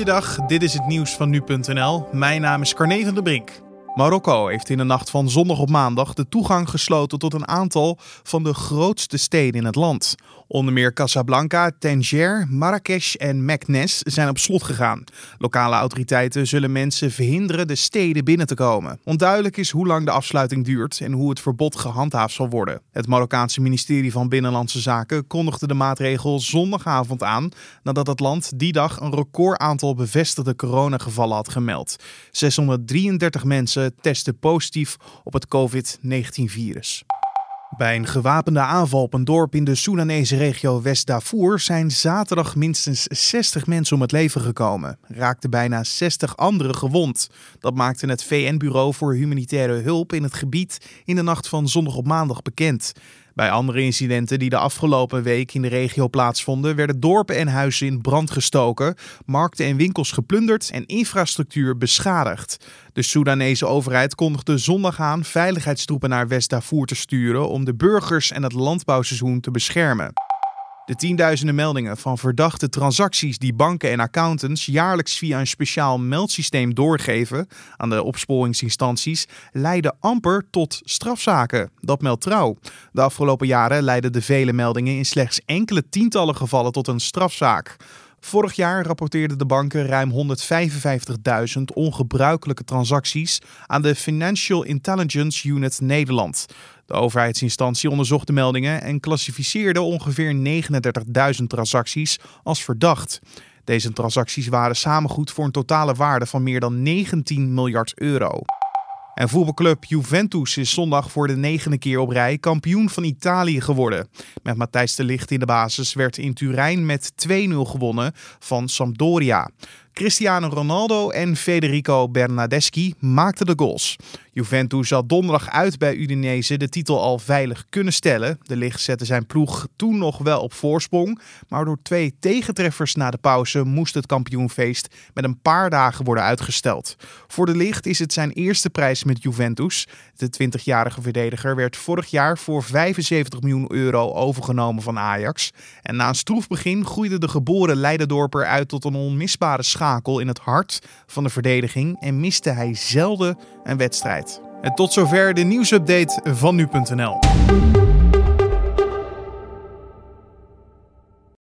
Goeiedag, dit is het nieuws van nu.nl. Mijn naam is Carne van der Brink. Marokko heeft in de nacht van zondag op maandag de toegang gesloten tot een aantal van de grootste steden in het land. Onder meer Casablanca, Tanger, Marrakesh en Meknes zijn op slot gegaan. Lokale autoriteiten zullen mensen verhinderen de steden binnen te komen. Onduidelijk is hoe lang de afsluiting duurt en hoe het verbod gehandhaafd zal worden. Het Marokkaanse ministerie van Binnenlandse Zaken kondigde de maatregel zondagavond aan nadat het land die dag een recordaantal bevestigde coronagevallen had gemeld. 633 mensen testen positief op het COVID-19-virus. Bij een gewapende aanval op een dorp in de Soedanese regio West-Darfur zijn zaterdag minstens 60 mensen om het leven gekomen. Raakten bijna 60 anderen gewond. Dat maakte het VN-bureau voor humanitaire hulp in het gebied in de nacht van zondag op maandag bekend. Bij andere incidenten die de afgelopen week in de regio plaatsvonden, werden dorpen en huizen in brand gestoken, markten en winkels geplunderd en infrastructuur beschadigd. De Soedanese overheid kondigde zondag aan veiligheidstroepen naar West-Darfur te sturen om de burgers en het landbouwseizoen te beschermen. De tienduizenden meldingen van verdachte transacties die banken en accountants jaarlijks via een speciaal meldsysteem doorgeven aan de opsporingsinstanties leiden amper tot strafzaken. Dat meldt Trouw. De afgelopen jaren leidden de vele meldingen in slechts enkele tientallen gevallen tot een strafzaak. Vorig jaar rapporteerden de banken ruim 155.000 ongebruikelijke transacties aan de Financial Intelligence Unit Nederland. De overheidsinstantie onderzocht de meldingen en klassificeerde ongeveer 39.000 transacties als verdacht. Deze transacties waren samengoed voor een totale waarde van meer dan 19 miljard euro. En voetbalclub Juventus is zondag voor de 9e keer op rij kampioen van Italië geworden. Met Matthijs de Ligt in de basis werd in Turijn met 2-0 gewonnen van Sampdoria. Cristiano Ronaldo en Federico Bernardeschi maakten de goals. Juventus had donderdag uit bij Udinese de titel al veilig kunnen stellen. De Ligt zette zijn ploeg toen nog wel op voorsprong, maar door 2 tegentreffers na de pauze moest het kampioenfeest met een paar dagen worden uitgesteld. Voor de Ligt is het zijn eerste prijs met Juventus. De 20-jarige verdediger werd vorig jaar voor 75 miljoen euro overgenomen van Ajax. En na een stroef begin groeide de geboren Leiderdorper uit tot een onmisbare schakel in het hart van de verdediging en miste hij zelden een wedstrijd. En tot zover de nieuwsupdate van nu.nl.